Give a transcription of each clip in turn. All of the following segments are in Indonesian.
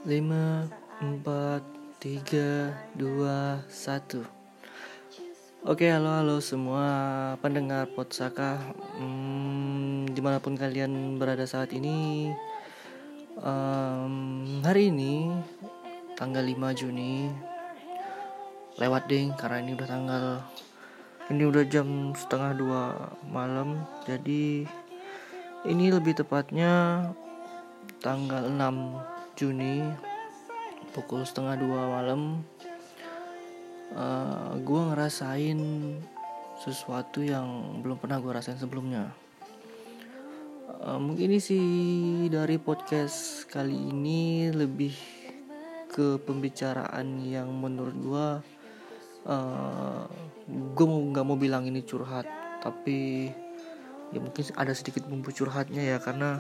5, 4, 3, 2, 1. Oke, halo semua pendengar Podsaka, dimanapun kalian berada saat ini. Hari ini tanggal 5 Juni lewat ding, karena ini udah jam 1:30 malam. Jadi ini lebih tepatnya tanggal 6 Juni pukul 1:30 malam. Gue ngerasain sesuatu yang belum pernah gue rasain sebelumnya. Mungkin isi dari podcast kali ini lebih ke pembicaraan yang menurut gue nggak mau bilang ini curhat, tapi ya mungkin ada sedikit bumbu curhatnya ya, karena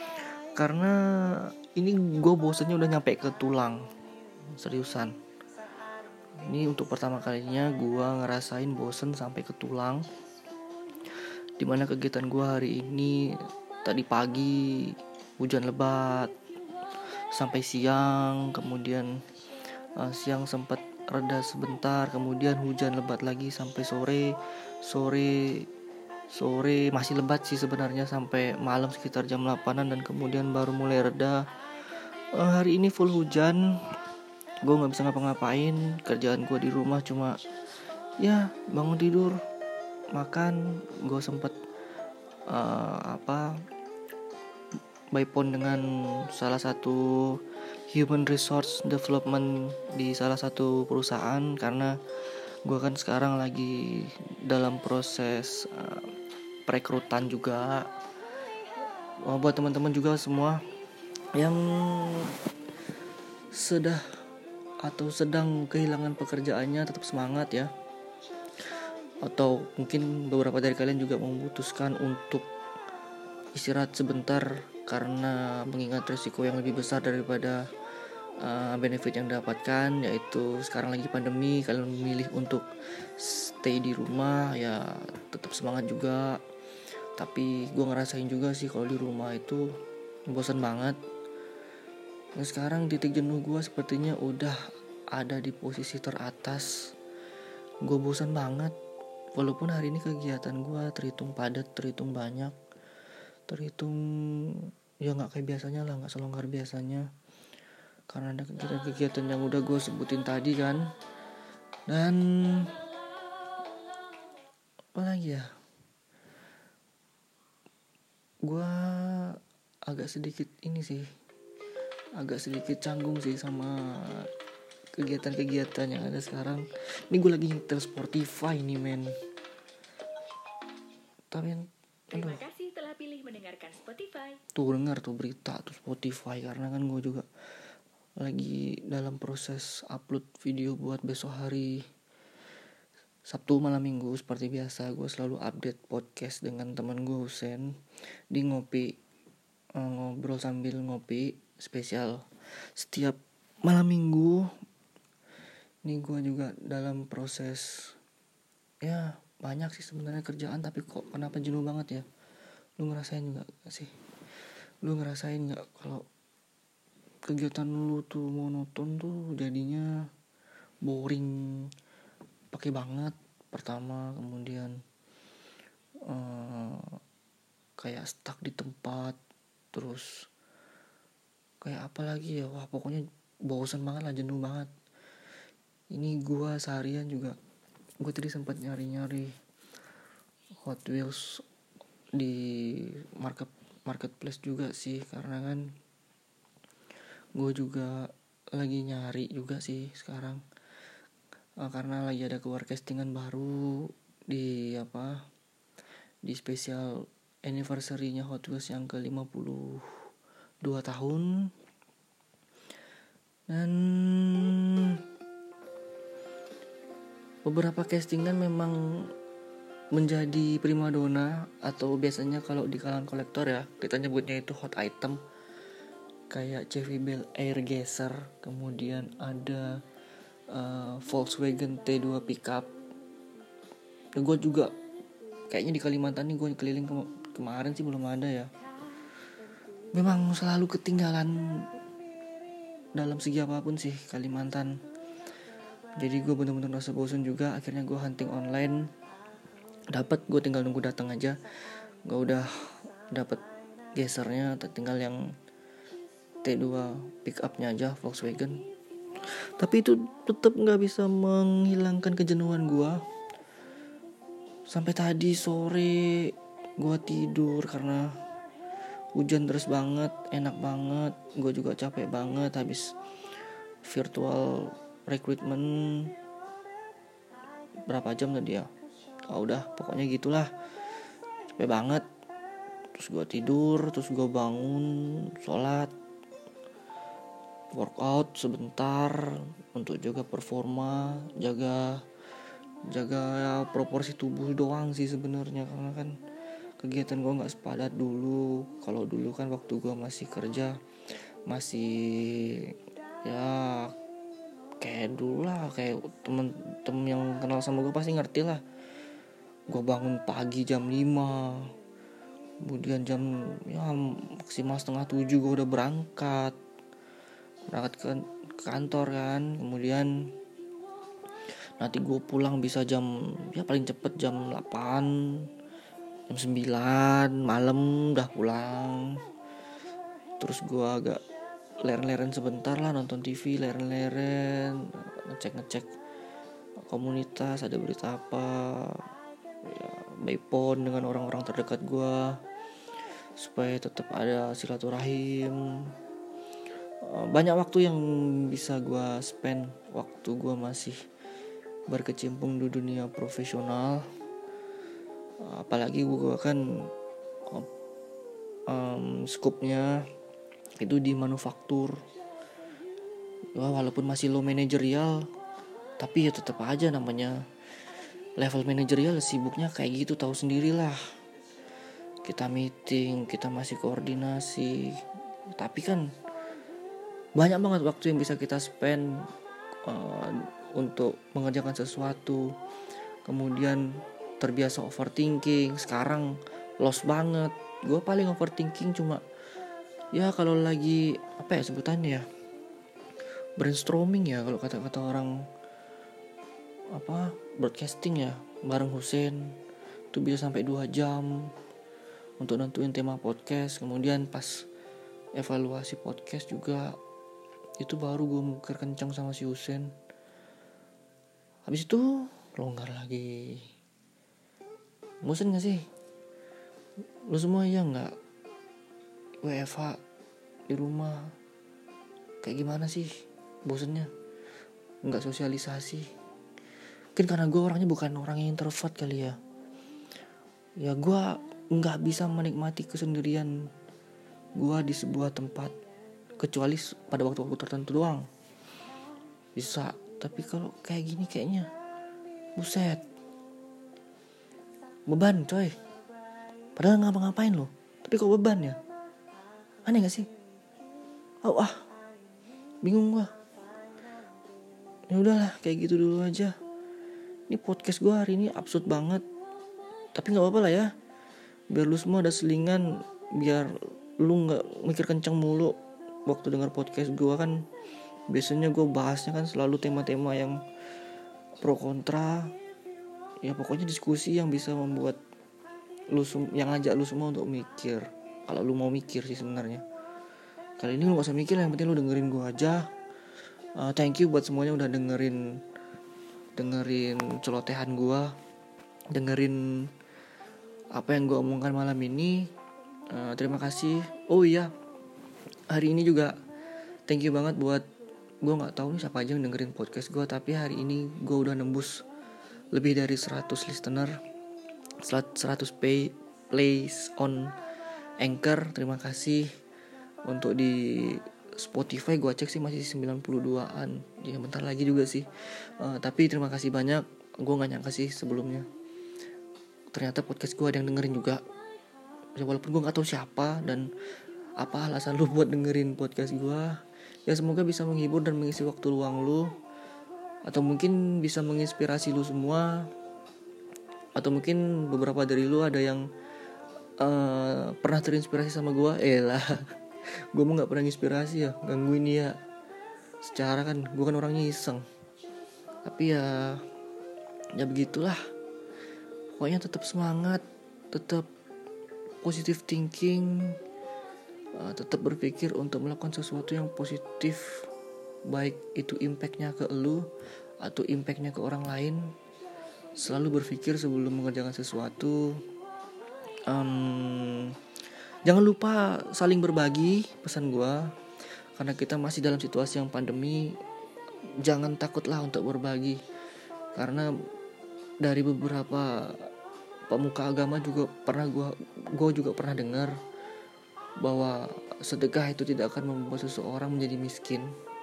ini gue bosannya udah nyampe ke tulang, seriusan. Ini untuk pertama kalinya gue ngerasain bosen sampai ke tulang. Dimana kegiatan gue hari ini, tadi pagi hujan lebat sampai siang, kemudian siang sempat reda sebentar, kemudian hujan lebat lagi sampai sore masih lebat sih sebenarnya sampai malam sekitar jam 8-an, dan kemudian baru mulai reda. Hari ini full hujan. Gue nggak bisa ngapa-ngapain. Kerjaan gue di rumah cuma ya bangun tidur, makan. Gue sempet by phone dengan salah satu human resource development di salah satu perusahaan, karena gue kan sekarang lagi dalam proses perekrutan juga. Buat teman-teman juga semua yang sedang kehilangan pekerjaannya, tetap semangat ya. Atau mungkin beberapa dari kalian juga memutuskan untuk istirahat sebentar karena mengingat risiko yang lebih besar daripada benefit yang dapatkan, yaitu sekarang lagi pandemi. Kalian memilih untuk stay di rumah, ya tetap semangat juga. Tapi gue ngerasain juga sih kalau di rumah itu bosan banget. Nah, sekarang titik jenuh gue sepertinya udah ada di posisi teratas. Gue bosan banget. Walaupun hari ini kegiatan gue terhitung padat, terhitung banyak, terhitung ya gak kayak biasanya lah, gak selonggar biasanya, karena ada kegiatan-kegiatan yang udah gue sebutin tadi kan. Dan apa lagi ya, gue agak sedikit canggung sih sama kegiatan-kegiatan yang ada sekarang. Ini gue lagi nyetel Spotify nih men. Terima kasih telah pilih mendengarkan Spotify. Tuh dengar tuh berita tuh Spotify, karena kan gue juga lagi dalam proses upload video buat besok hari Sabtu malam minggu. Seperti biasa gue selalu update podcast dengan teman gue Husen di ngopi, ngobrol sambil ngopi spesial setiap malam minggu. Ini gue juga dalam proses, ya banyak sih sebenarnya kerjaan, tapi kok kenapa jenuh banget ya. Lu ngerasain gak sih? Lu ngerasain gak kalau kegiatan lu tuh monoton tuh jadinya boring, pakai banget pertama, kemudian kayak stuck di tempat, terus kayak apa lagi ya, wah pokoknya bosan banget lah, jenuh banget. Ini gue seharian juga, gue tadi sempat nyari Hot Wheels di marketplace juga sih, karena kan gue juga lagi nyari juga sih sekarang, karena lagi ada keluar castingan baru di spesial anniversary-nya Hot Wheels yang ke 52 tahun. Dan beberapa castingan memang menjadi primadona, atau biasanya kalau di kalangan kolektor ya kita nyebutnya itu hot item, kayak Chevy Bel Air Gazer, kemudian ada Volkswagen T2 pickup. Dan gue juga kayaknya di Kalimantan nih, gue keliling kemarin sih belum ada ya. Memang selalu ketinggalan dalam segi apapun sih Kalimantan. Jadi gue bener-bener rasa bosan juga. Akhirnya gue hunting online, dapat, gue tinggal nunggu datang aja. Gue udah dapat gesernya, tinggal yang T2 pick upnya aja Volkswagen. Tapi itu tetap nggak bisa menghilangkan kejenuhan gue. Sampai tadi sore gue tidur karena hujan deras banget, enak banget. Gue juga capek banget habis virtual recruitment berapa jam tadi ya. Udah pokoknya gitulah, capek banget. Terus gue tidur, terus gue bangun, sholat, workout sebentar untuk jaga performa, jaga proporsi tubuh doang sih sebenarnya, karena kan kegiatan gue nggak sepadat dulu. Kalau dulu kan waktu gue masih kerja, masih ya kayak dulu lah, kayak temen-temen yang kenal sama gue pasti ngerti lah. Gue bangun pagi jam 5, kemudian jam maksimal 6:30 gue udah berangkat ke kantor kan. Kemudian nanti gue pulang bisa paling cepet jam 8, jam 9 malam udah pulang. Terus gue agak leren-leren sebentar lah, nonton TV, leren-leren, ngecek komunitas ada berita apa ya, by phone dengan orang-orang terdekat gue supaya tetap ada silaturahim. Banyak waktu yang bisa gue spend waktu gue masih berkecimpung di dunia profesional. Apalagi gue kan skupnya itu di manufaktur. Walaupun masih low manajerial, tapi ya tetap aja namanya level manajerial, sibuknya kayak gitu, tahu sendirilah. Kita meeting, kita masih koordinasi, tapi kan banyak banget waktu yang bisa kita spend untuk mengerjakan sesuatu. Kemudian terbiasa overthinking, sekarang lost banget. Gue paling overthinking cuma ya kalau lagi sebutannya ya, brainstorming ya, kalau kata-kata orang broadcasting ya, bareng Husein itu bisa sampai 2 jam untuk nentuin tema podcast. Kemudian pas evaluasi podcast juga itu baru gue mikir kencang sama si Husein. Habis itu longgar lagi. Bosen gak sih? Lu semua ya gak? WFH di rumah kayak gimana sih bosennya? Gak sosialisasi. Mungkin karena gue orangnya bukan orang yang introvert kali ya. Ya gue gak bisa menikmati kesendirian gue di sebuah tempat, kecuali pada waktu-waktu tertentu doang bisa. Tapi kalau kayak gini kayaknya buset, beban coy. Padahal ngapa-ngapain loh, tapi kok beban ya? Aneh gak sih? Bingung gua. Ya udahlah, kayak gitu dulu aja. Ini podcast gua hari ini absurd banget, tapi nggak apa-apa lah ya. Biar lu semua ada selingan, biar lu nggak mikir kenceng mulu waktu dengar podcast gua. Kan biasanya gue bahasnya kan selalu tema-tema yang pro kontra. Ya pokoknya diskusi yang bisa membuat yang ngajak lu semua untuk mikir. Kalau lu mau mikir sih sebenarnya. Kali ini lu gak usah mikir, yang penting lu dengerin gue aja. Thank you buat semuanya udah dengerin celotehan gue, dengerin apa yang gue omongkan malam ini. Terima kasih. Oh iya, hari ini juga thank you banget buat, gue gak tahu nih siapa aja yang dengerin podcast gue, tapi hari ini gue udah nembus lebih dari 100 listener, 100 plays on Anchor. Terima kasih. Untuk di Spotify gue cek sih masih 92an, ya bentar lagi juga sih. Tapi terima kasih banyak. Gue gak nyangka sih sebelumnya ternyata podcast gue ada yang dengerin juga, ya, walaupun gue gak tahu siapa dan apa alasan lu buat dengerin podcast gue. Ya semoga bisa menghibur dan mengisi waktu luang lu, atau mungkin bisa menginspirasi lu semua, atau mungkin beberapa dari lu ada yang pernah terinspirasi sama gue. Gue mau gak pernah inspirasi ya, gangguin ya. secara kan gue kan orangnya iseng. Tapi ya begitulah. Pokoknya tetap semangat, tetap positive thinking, tetap berpikir untuk melakukan sesuatu yang positif, baik itu impactnya ke elu atau impactnya ke orang lain. Selalu berpikir sebelum mengerjakan sesuatu. Jangan lupa saling berbagi, pesan gue. Karena kita masih dalam situasi yang pandemi, jangan takutlah untuk berbagi. Karena dari beberapa pemuka agama juga gue juga pernah dengar bahwa sedekah itu tidak akan membuat seseorang menjadi miskin.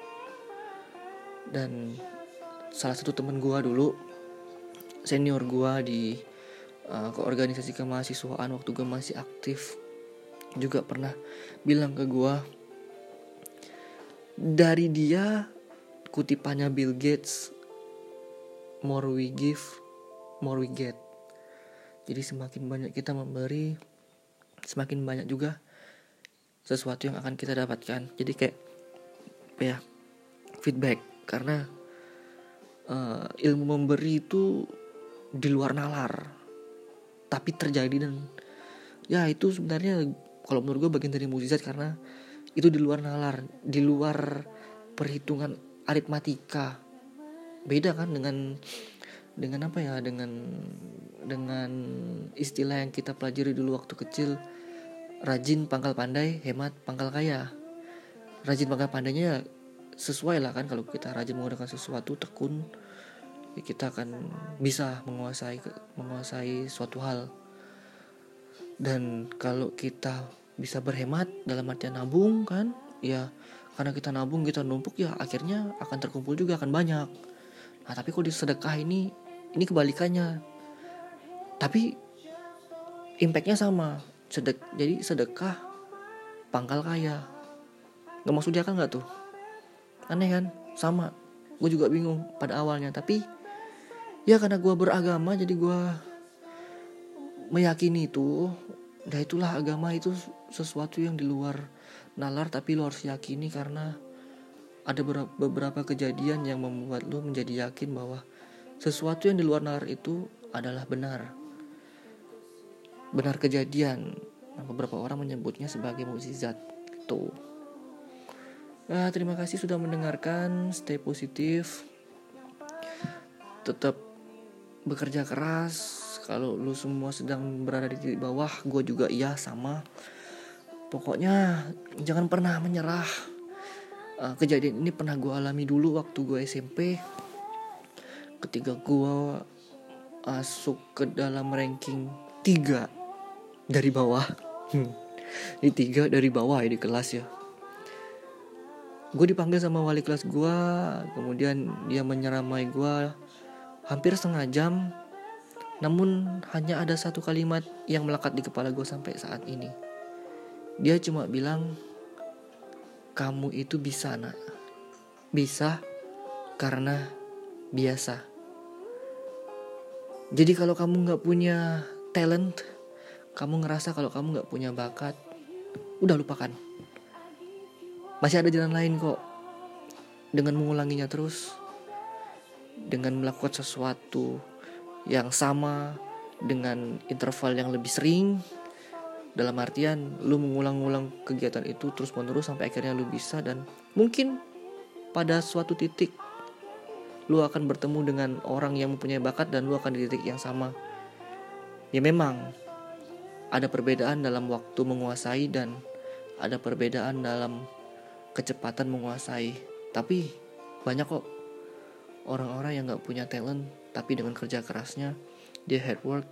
Dan salah satu teman gue dulu, senior gue di keorganisasi kemahasiswaan waktu gue masih aktif, juga pernah bilang ke gue, dari dia, kutipannya Bill Gates, more we give, more we get. Jadi semakin banyak kita memberi, semakin banyak juga sesuatu yang akan kita dapatkan. Jadi kayak feedback. Karena ilmu memberi itu di luar nalar, tapi terjadi. Dan ya itu sebenarnya kalau menurut gue bagian dari mukjizat, karena itu di luar nalar, di luar perhitungan aritmatika. Beda kan dengan apa ya, dengan istilah yang kita pelajari dulu waktu kecil, rajin pangkal pandai, hemat pangkal kaya. Rajin pangkal pandainya sesuai lah kan, kalau kita rajin menggunakan sesuatu, tekun, ya kita akan bisa menguasai suatu hal. Dan kalau kita bisa berhemat dalam artian nabung kan, ya karena kita nabung, kita numpuk, ya akhirnya akan terkumpul juga, akan banyak. Nah tapi kalau di sedekah ini kebalikannya, tapi impactnya sama. Jadi sedekah pangkal kaya, nggak masuk dia kan, nggak tuh? Aneh kan? Sama, gue juga bingung pada awalnya. Tapi ya karena gue beragama, jadi gue meyakini itu. Dan itulah agama itu sesuatu yang di luar nalar, tapi lo harus yakini. Karena ada beberapa kejadian yang membuat lo menjadi yakin bahwa sesuatu yang di luar nalar itu adalah benar kejadian. Nah, beberapa orang menyebutnya sebagai mukjizat. Tuh. Nah, terima kasih sudah mendengarkan. Stay positif, tetap bekerja keras. Kalau lu semua sedang berada di bawah, gue juga iya, sama. Pokoknya jangan pernah menyerah. Kejadian ini pernah gue alami dulu waktu gue SMP. Ketika gue masuk ke dalam ranking 3 dari bawah. Ini 3 dari bawah ya di kelas ya. Gue dipanggil sama wali kelas gue. Kemudian dia menyeramai gue hampir setengah jam. Namun hanya ada satu kalimat yang melekat di kepala gue sampai saat ini. Dia cuma bilang, kamu itu bisa nak. Bisa karena biasa. Jadi kalau kamu gak punya talent, kamu ngerasa kalau kamu gak punya bakat, udah lupakan. Masih ada jalan lain kok. Dengan mengulanginya terus, dengan melakukan sesuatu yang sama dengan interval yang lebih sering, dalam artian lu mengulang-ulang kegiatan itu terus menerus sampai akhirnya lu bisa. Dan mungkin pada suatu titik lu akan bertemu dengan orang yang mempunyai bakat dan lu akan di titik yang sama. Ya memang ada perbedaan dalam waktu menguasai dan ada perbedaan dalam kecepatan menguasai. Tapi banyak kok orang-orang yang gak punya talent, tapi dengan kerja kerasnya, dia hard work,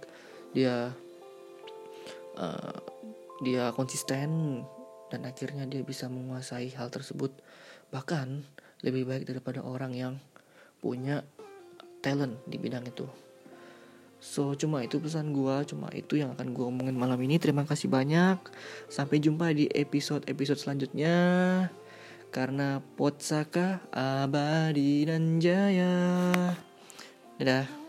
dia konsisten, dan akhirnya dia bisa menguasai hal tersebut. Bahkan lebih baik daripada orang yang punya talent di bidang itu. So cuma itu pesan gue, cuma itu yang akan gue omongin malam ini. Terima kasih banyak. Sampai jumpa di episode selanjutnya. Karena Potsaka abadi dan jaya. Dadah.